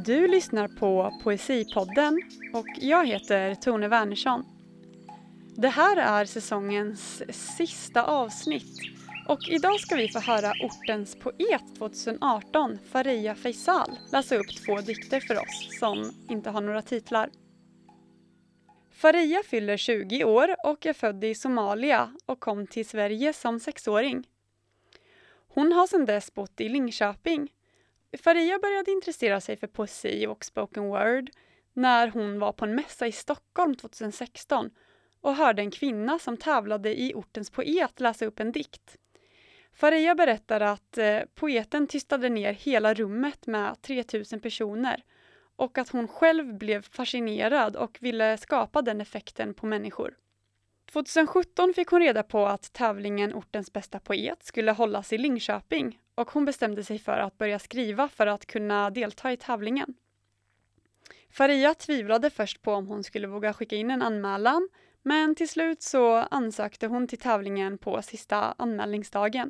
Du lyssnar på Poesipodden och jag heter Tone Wernersson. Det här är säsongens sista avsnitt och idag ska vi få höra ortens poet 2018, Faria Faisal, läsa upp 2 dikter för oss som inte har några titlar. Faria fyller 20 år och är född i Somalia och kom till Sverige som 6-åring. Hon har sedan dess bott i Linköping. Faria började intressera sig för poesi och spoken word när hon var på en mässa i Stockholm 2016 och hörde en kvinna som tävlade i ortens poet läsa upp en dikt. Faria berättar att poeten tystade ner hela rummet med 3000 personer och att hon själv blev fascinerad och ville skapa den effekten på människor. 2017 fick hon reda på att tävlingen Ortens bästa poet skulle hållas i Linköping och hon bestämde sig för att börja skriva för att kunna delta i tävlingen. Faria tvivlade först på om hon skulle våga skicka in en anmälan, men till slut så ansökte hon till tävlingen på sista anmälningsdagen.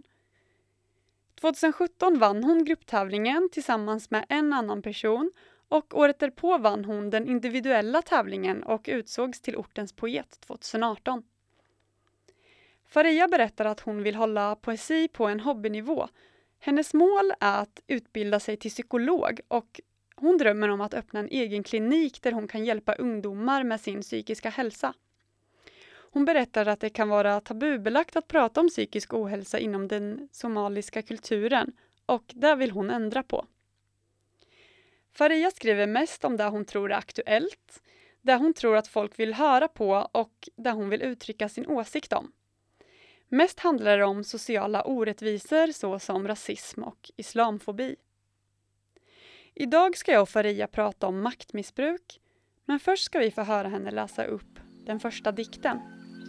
2017 vann hon grupptävlingen tillsammans med en annan person och året därpå vann hon den individuella tävlingen och utsågs till Ortens poet 2018. Faria berättar att hon vill hålla poesi på en hobbynivå. Hennes mål är att utbilda sig till psykolog och hon drömmer om att öppna en egen klinik där hon kan hjälpa ungdomar med sin psykiska hälsa. Hon berättar att det kan vara tabubelagt att prata om psykisk ohälsa inom den somaliska kulturen och det vill hon ändra på. Faria skriver mest om det hon tror är aktuellt, det hon tror att folk vill höra på och det hon vill uttrycka sin åsikt om. Mest handlar det om sociala orättvisor såsom rasism och islamfobi. Idag ska jag och Faria prata om maktmissbruk, men först ska vi få höra henne läsa upp den första dikten.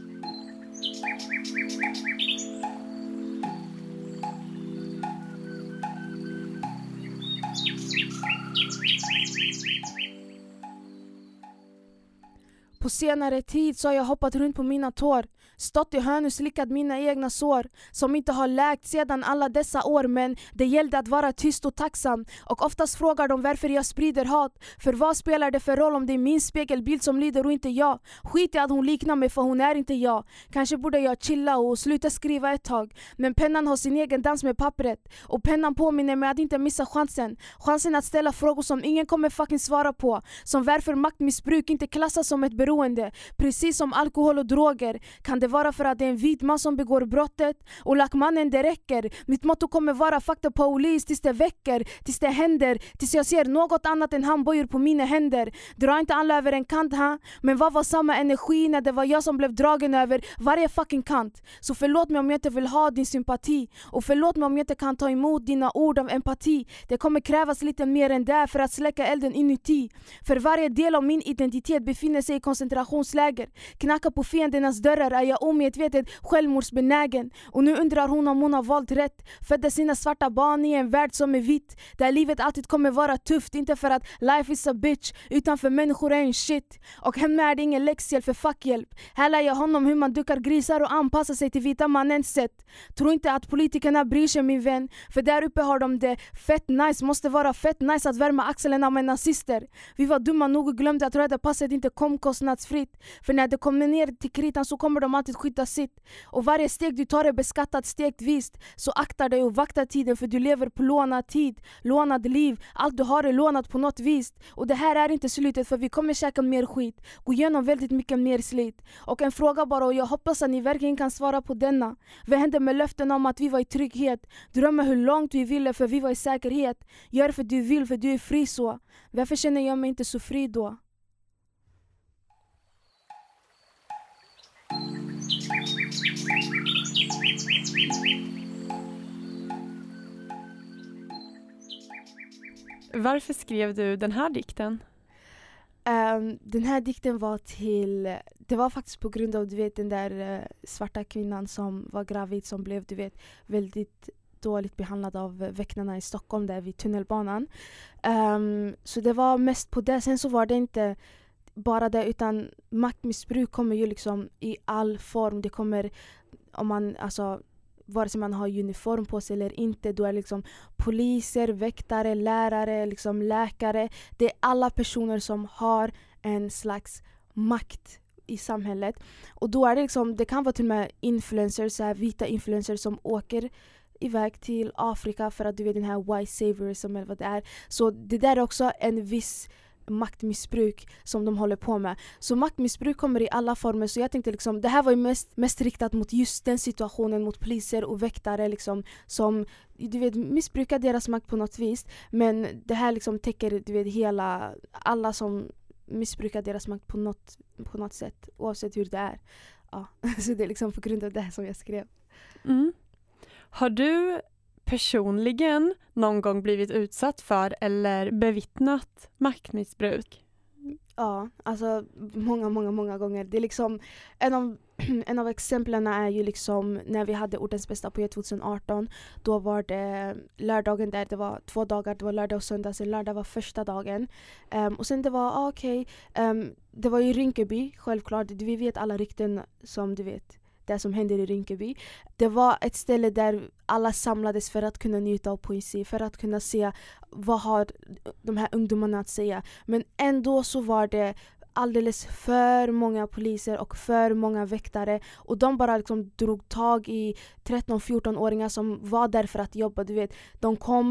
På senare tid så har jag hoppat runt på mina tår, stått i hörn och slickat mina egna sår som inte har läkt sedan alla dessa år, men det gällde att vara tyst och tacksam. Och oftast frågar de varför jag sprider hat, för vad spelar det för roll om det är min spegelbild som lider och inte jag? Skit i att hon liknar mig, för hon är inte jag. Kanske borde jag chilla och sluta skriva ett tag, men pennan har sin egen dans med pappret och pennan påminner mig att inte missa chansen att ställa frågor som ingen kommer fucking svara på, som varför maktmissbruk inte klassas som ett beroende, precis som alkohol och droger. Kan det vara för att det är en vit man som begår brottet? Och lackmannen, det räcker. Mitt motto kommer vara fakta polis tills det väcker, tills det händer, tills jag ser något annat än handbojor på mina händer. Dra inte alla över en kant, ha? Men vad var samma energi när det var jag som blev dragen över varje fucking kant? Så förlåt mig om jag inte vill ha din sympati, och förlåt mig om jag inte kan ta emot dina ord av empati. Det kommer krävas lite mer än det för att släcka elden inuti. För varje del av min identitet befinner sig i koncentrationsläger. Knacka på fiendernas dörrar är jag omedvetet självmordsbenägen. Och nu undrar hon om hon har valt rätt. Födde sina svarta barn i en värld som är vitt, där livet alltid kommer vara tufft. Inte för att life is a bitch, utan för människor är en shit. Och hemma är det ingen läxhjälp för fuckhjälp. Här lär jag honom hur man dukar grisar och anpassar sig till vita mannens sätt. Tro inte att politikerna bryr sig, min vän, för där uppe har de det fett nice. Måste vara fett nice att värma axlarna med nazister. Vi var dumma nog och glömde att röda passet inte kom kostnadsfritt. För när det kommer ner till kritan så kommer de alltid skydda sitt. Och varje steg du tar är beskattat stegvis. Så akta dig och vakta tiden, för du lever på lånad tid, lånad liv. Allt du har är lånat på något vis. Och det här är inte slutet, för vi kommer käka mer skit, gå igenom väldigt mycket mer slit. Och en fråga bara, och jag hoppas att ni verkligen kan svara på denna. Vad hände med löften om att vi var i trygghet? Drömmer hur långt vi ville, för vi var i säkerhet. Gör för du vill, för du är fri så. Varför känner jag mig inte så fri då? Varför skrev du den här dikten? Den här dikten var det var faktiskt på grund av, du vet, den där svarta kvinnan som var gravid, som blev, du vet, väldigt dåligt behandlad av väktarna i Stockholm där vid tunnelbanan. Så det var mest på det. Sen så var det inte bara det, utan maktmissbruk kommer ju liksom i all form. Det kommer, om man, alltså vare sig man har uniform på sig eller inte. Då är liksom poliser, väktare, lärare, liksom läkare. Det är alla personer som har en slags makt i samhället. Och då är det liksom, det kan vara till och med influencers, så här vita influencers som åker iväg till Afrika för att du vet den här white saviorism eller vad det är. Så det där är också en viss maktmissbruk som de håller på med. Så maktmissbruk kommer i alla former. Så jag tänkte liksom, det här var ju mest riktat mot just den situationen, mot poliser och väktare liksom, som du vet missbrukar deras makt på något vis. Men det här liksom täcker du vet alla som missbrukar deras makt på något sätt, oavsett hur det är. Ja. Så det är liksom på grund av det här som jag skrev. Har du personligen någon gång blivit utsatt för eller bevittnat maktmissbruk? Ja, alltså många gånger. Det är liksom en av exemplen är ju liksom när vi hade Ordens bästa poet 2018. Då var det lördagen där, det var 2 dagar, det var lördag och söndag, sen lördag var första dagen. Och sen det var det var i Rinkeby, självklart. Vi vet alla rykten som du vet. Det som händer i Rinkeby. Det var ett ställe där alla samlades för att kunna njuta av poesi, för att kunna se vad har de här ungdomarna att säga. Men ändå så var det alldeles för många poliser och för många väktare, och de bara liksom drog tag i 13-14-åringar som var där för att jobba. Du vet, de kom,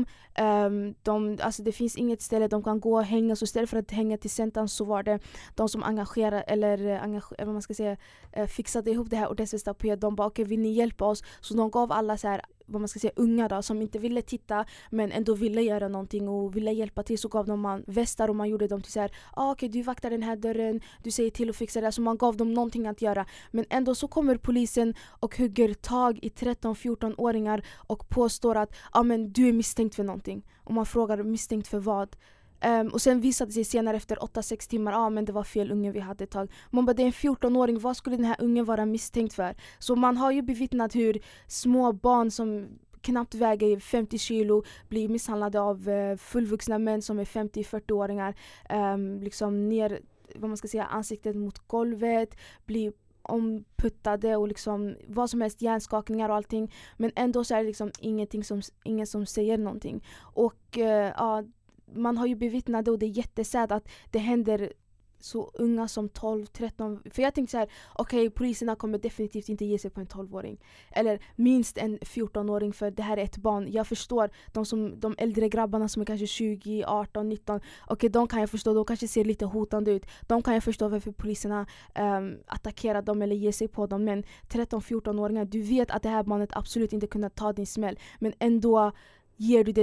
alltså det finns inget ställe de kan gå och hänga, så istället för att hänga till centrum så var det de som engagerade eller vad man ska säga, fixade ihop det här Ordens bästa poet. De bara okej, vill ni hjälpa oss? Så de gav alla så här, vad man ska säga, unga då, som inte ville titta men ändå ville göra någonting och ville hjälpa till, så gav de man västar och man gjorde dem till så här, okej, du vaktar den här dörren, du säger till och fixar det. Så man gav dem någonting att göra. Men ändå så kommer polisen och hugger tag i 13-14-åringar och påstår att men du är misstänkt för någonting. Och man frågar misstänkt för vad? Och sen visade det sig senare efter 8-6 timmar, men det var fel unge vi hade tag. Man bara, det är en 14-åring, vad skulle den här ungen vara misstänkt för? Så man har ju bevittnat hur små barn som knappt väger 50 kilo blir misshandlade av fullvuxna män som är 50-40-åringar. Liksom ner, vad man ska säga, ansiktet mot golvet, blir omputtade och liksom vad som helst, hjärnskakningar och allting. Men ändå så är det liksom ingen som säger någonting. Och man har ju bevittnat det, och det är jättesad att det händer så unga som 12-13. För jag tänkte så här, okej, poliserna kommer definitivt inte ge sig på en 12-åring. Eller minst en 14-åring, för det här är ett barn. Jag förstår de äldre grabbarna som är kanske 20, 18, 19. Okej, de kan jag förstå, de kanske ser lite hotande ut. De kan jag förstå varför poliserna attackerar dem eller ger sig på dem. Men 13-14-åringar, du vet att det här barnet absolut inte kunde ta din smäll. Men ändå ger du det.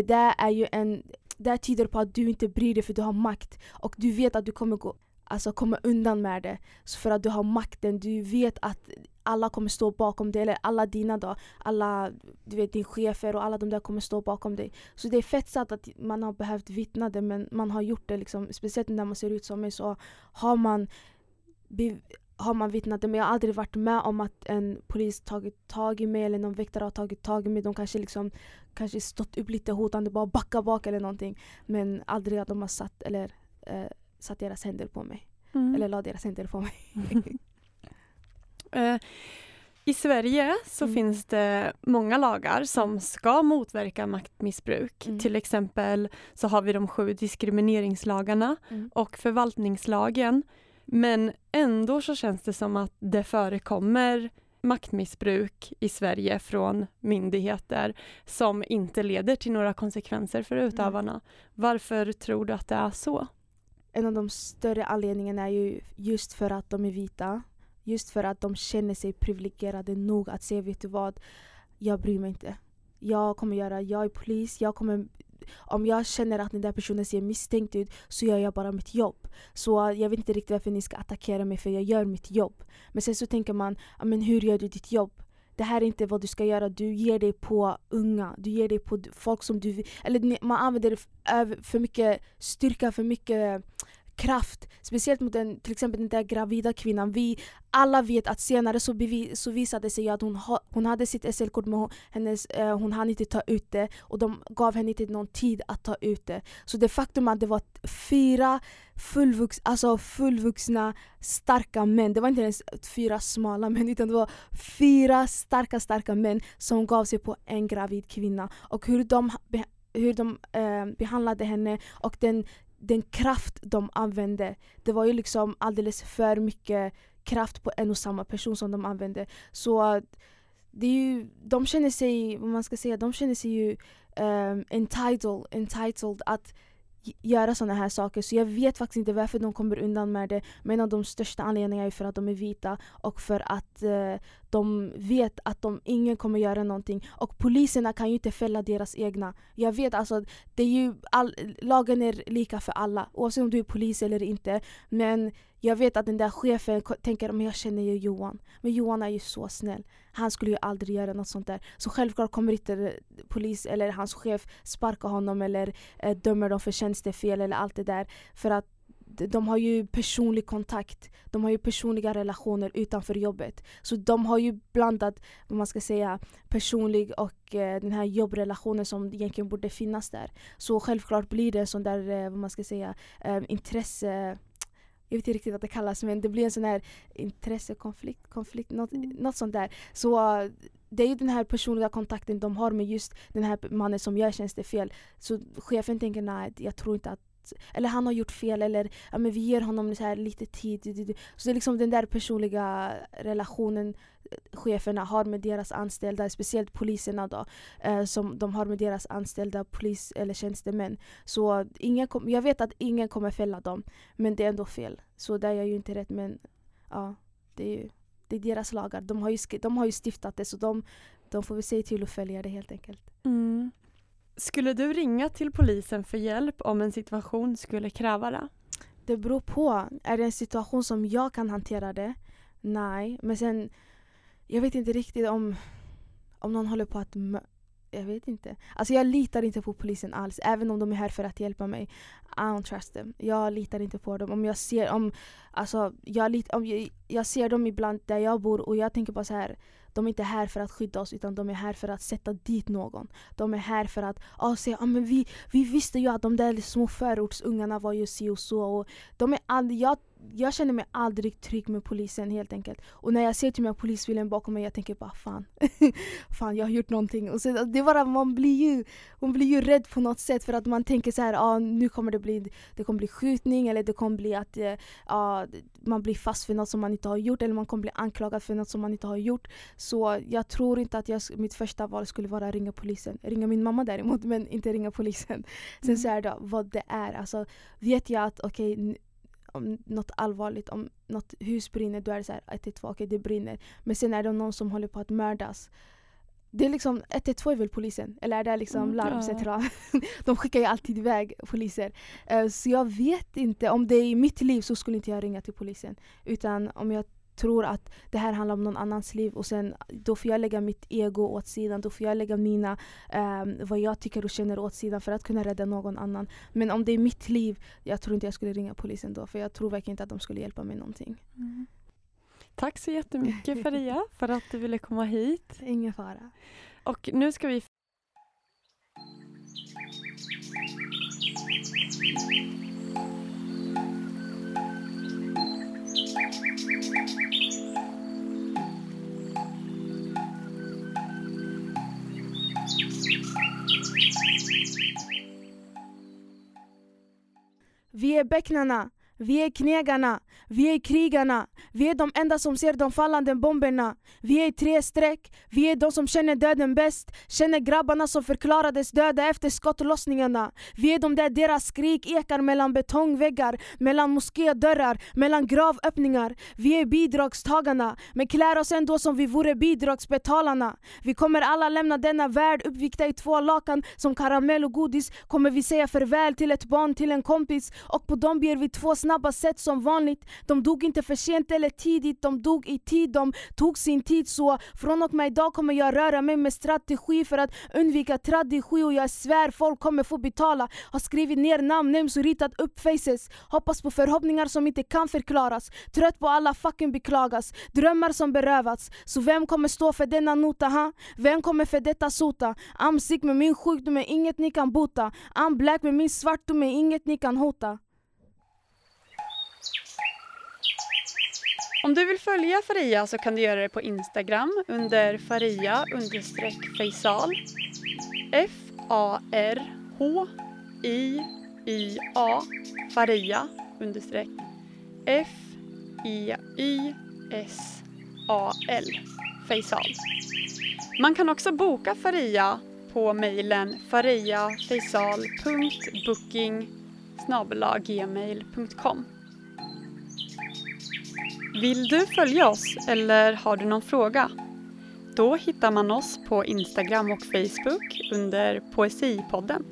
Det tyder på att du inte bryr dig, för du har makt. Och du vet att du kommer komma undan med det. Så för att du har makten, du vet att alla kommer stå bakom dig, eller alla dina då, alla, du vet, din chefer och alla de där kommer stå bakom dig. Så det är fett sant att man har behövt vittna det, men man har gjort det liksom, speciellt när man ser ut som mig, så har man vittnat det. Men jag har aldrig varit med om att en polis tagit tag i mig eller någon väktare har tagit tag i mig. De kanske stått upp lite hotande, bara backa bak eller någonting. Men aldrig att de har satt deras händer på mig. Eller la deras händer på mig. I Sverige så finns det många lagar som ska motverka maktmissbruk. Till exempel så har vi de 7 diskrimineringslagarna och förvaltningslagen. Men ändå så känns det som att det förekommer maktmissbruk i Sverige från myndigheter som inte leder till några konsekvenser för utövarna. Varför tror du att det är så? En av de större anledningarna är ju just för att de är vita. Just för att de känner sig privilegierade nog att säga, vet du vad, jag bryr mig inte. Jag är polis, om jag känner att den där personen ser misstänkt ut, så gör jag bara mitt jobb. Så jag vet inte riktigt varför ni ska attackera mig, för jag gör mitt jobb. Men sen så tänker man, men hur gör du ditt jobb? Det här är inte vad du ska göra. Du ger dig på unga. Du ger dig på folk som du... Eller man använder för mycket styrka, för mycket kraft, speciellt mot till exempel den där gravida kvinnan. Vi alla vet att senare så visade sig att hon hade sitt SL-kort, men hon hann inte ta ut det, och de gav henne inte någon tid att ta ut det. Så det faktum att det var 4 fullvuxna starka män, det var inte ens 4 smala män, utan det var 4 starka män som gav sig på en gravid kvinna, och hur de behandlade henne och den kraft de använde, det var ju liksom alldeles för mycket kraft på en och samma person som de använde. Så det är ju, de känner sig ju entitled att göra såna här saker. Så jag vet faktiskt inte varför de kommer undan med det. Men en av de största anledningarna är för att de är vita, och för att de vet att ingen kommer göra någonting. Och poliserna kan ju inte fälla deras egna. Jag vet, alltså, det är ju lagen är lika för alla, oavsett om du är polis eller inte. Men jag vet att den där chefen tänker, men jag känner ju Johan. Men Johan är ju så snäll. Han skulle ju aldrig göra något sånt där. Så självklart kommer inte polis eller hans chef sparka honom eller dömer dem för tjänstefel eller allt det där. För att de har ju personlig kontakt. De har ju personliga relationer utanför jobbet. Så de har ju blandat, vad man ska säga, personlig och den här jobbrelationen som egentligen borde finnas där. Så självklart blir det sån där, vad man ska säga, intresse. Jag vet inte riktigt vad det kallas, men det blir en sån här intressekonflikt, något sånt där. Så det är ju den här personliga kontakten de har med just den här mannen som gör tjänstefel. Så chefen tänker, nej, jag tror inte att, eller han har gjort fel, eller ja, men vi ger honom så här lite tid. Så det är liksom den där personliga relationen cheferna har med deras anställda, speciellt poliserna då, som de har med deras anställda polis eller tjänstemän. Så jag vet att ingen kommer fälla dem, men det är ändå fel. Så det är ju inte rätt, men ja, det är deras lagar. De har ju stiftat det, så de får väl se till att följa det helt enkelt. Mm. Skulle du ringa till polisen för hjälp om en situation skulle kräva det? Det beror på. Är det en situation som jag kan hantera det? Nej. Men sen, jag vet inte riktigt om någon håller på att... Jag vet inte. Alltså jag litar inte på polisen alls. Även om de är här för att hjälpa mig. I don't trust them. Jag litar inte på dem. Jag ser dem ibland där jag bor, och jag tänker bara så här: de är inte här för att skydda oss, utan de är här för att sätta dit någon. De är här för att säga, men vi visste ju att de där små förortsungarna var ju si och så. Och jag känner mig aldrig trygg med polisen helt enkelt. Och när jag ser till mig polisbilen bakom mig, jag tänker bara fan, jag har gjort någonting. Och så, det var, man blir ju rädd på något sätt, för att man tänker så här, nu kommer det kommer bli skjutning, eller det kommer bli att man blir fast för något som man inte har gjort, eller man kommer bli anklagad för något som man inte har gjort. Så jag tror inte att mitt första val skulle vara att ringa polisen. Ringa min mamma däremot, men inte ringa polisen. Sen så är det vad det är. Alltså, vet jag att om något allvarligt, om något hus brinner, då är det så här 112, okej, det brinner. Men sen är det någon som håller på att mördas. Det är liksom 112 är väl polisen, eller är det liksom larmcentral? De skickar ju alltid iväg poliser. Så jag vet inte, om det är i mitt liv så skulle inte jag ringa till polisen. Utan om jag tror att det här handlar om någon annans liv, och sen då får jag lägga mitt ego åt sidan, då får jag lägga mina vad jag tycker och känner åt sidan för att kunna rädda någon annan. Men om det är mitt liv, jag tror inte jag skulle ringa polisen då, för jag tror verkligen inte att de skulle hjälpa mig någonting. Mm. Tack så jättemycket Faria för att du ville komma hit. Ingen fara. Och nu ska vi... Vi är becknarna, vi är knegarna, vi är krigarna, vi är de enda som ser de fallande bomberna. Vi är i 3 streck, vi är de som känner döden bäst, känner grabbarna som förklarades döda efter skottlossningarna. Vi är de där deras skrik ekar mellan betongväggar, mellan moskédörrar, mellan gravöppningar. Vi är bidragstagarna, men klär oss ändå som vi vore bidragsbetalarna. Vi kommer alla lämna denna värld uppvikta i 2 lakan som karamell och godis. Kommer vi säga farväl till ett barn, till en kompis, och på dem ber vi 2 snabba sätt som vanligt. De dog inte för sent eller tidigt, de dog i tid, de tog sin tid. Så från och med idag kommer jag röra mig med strategi för att undvika tradition. Och jag svär folk kommer få betala. Har skrivit ner namn, names och ritat upp faces. Hoppas på förhoppningar som inte kan förklaras. Trött på alla fucking beklagas. Drömmar som berövats. Så vem kommer stå för denna nota, ha? Vem kommer för detta sota? I'm sick med min sjukdom är inget ni kan bota. I'm black med min svartdom är inget ni kan hota. Om du vill följa Faria så kan du göra det på Instagram under Faria_Faisal. F-A-R-H-I-Y-A Faria_F-E-Y-S-A-L Faisal. Man kan också boka Faria på mejlen fariafaisal.booking@gmail.com. Vill du följa oss eller har du någon fråga? Då hittar man oss på Instagram och Facebook under Poesipodden.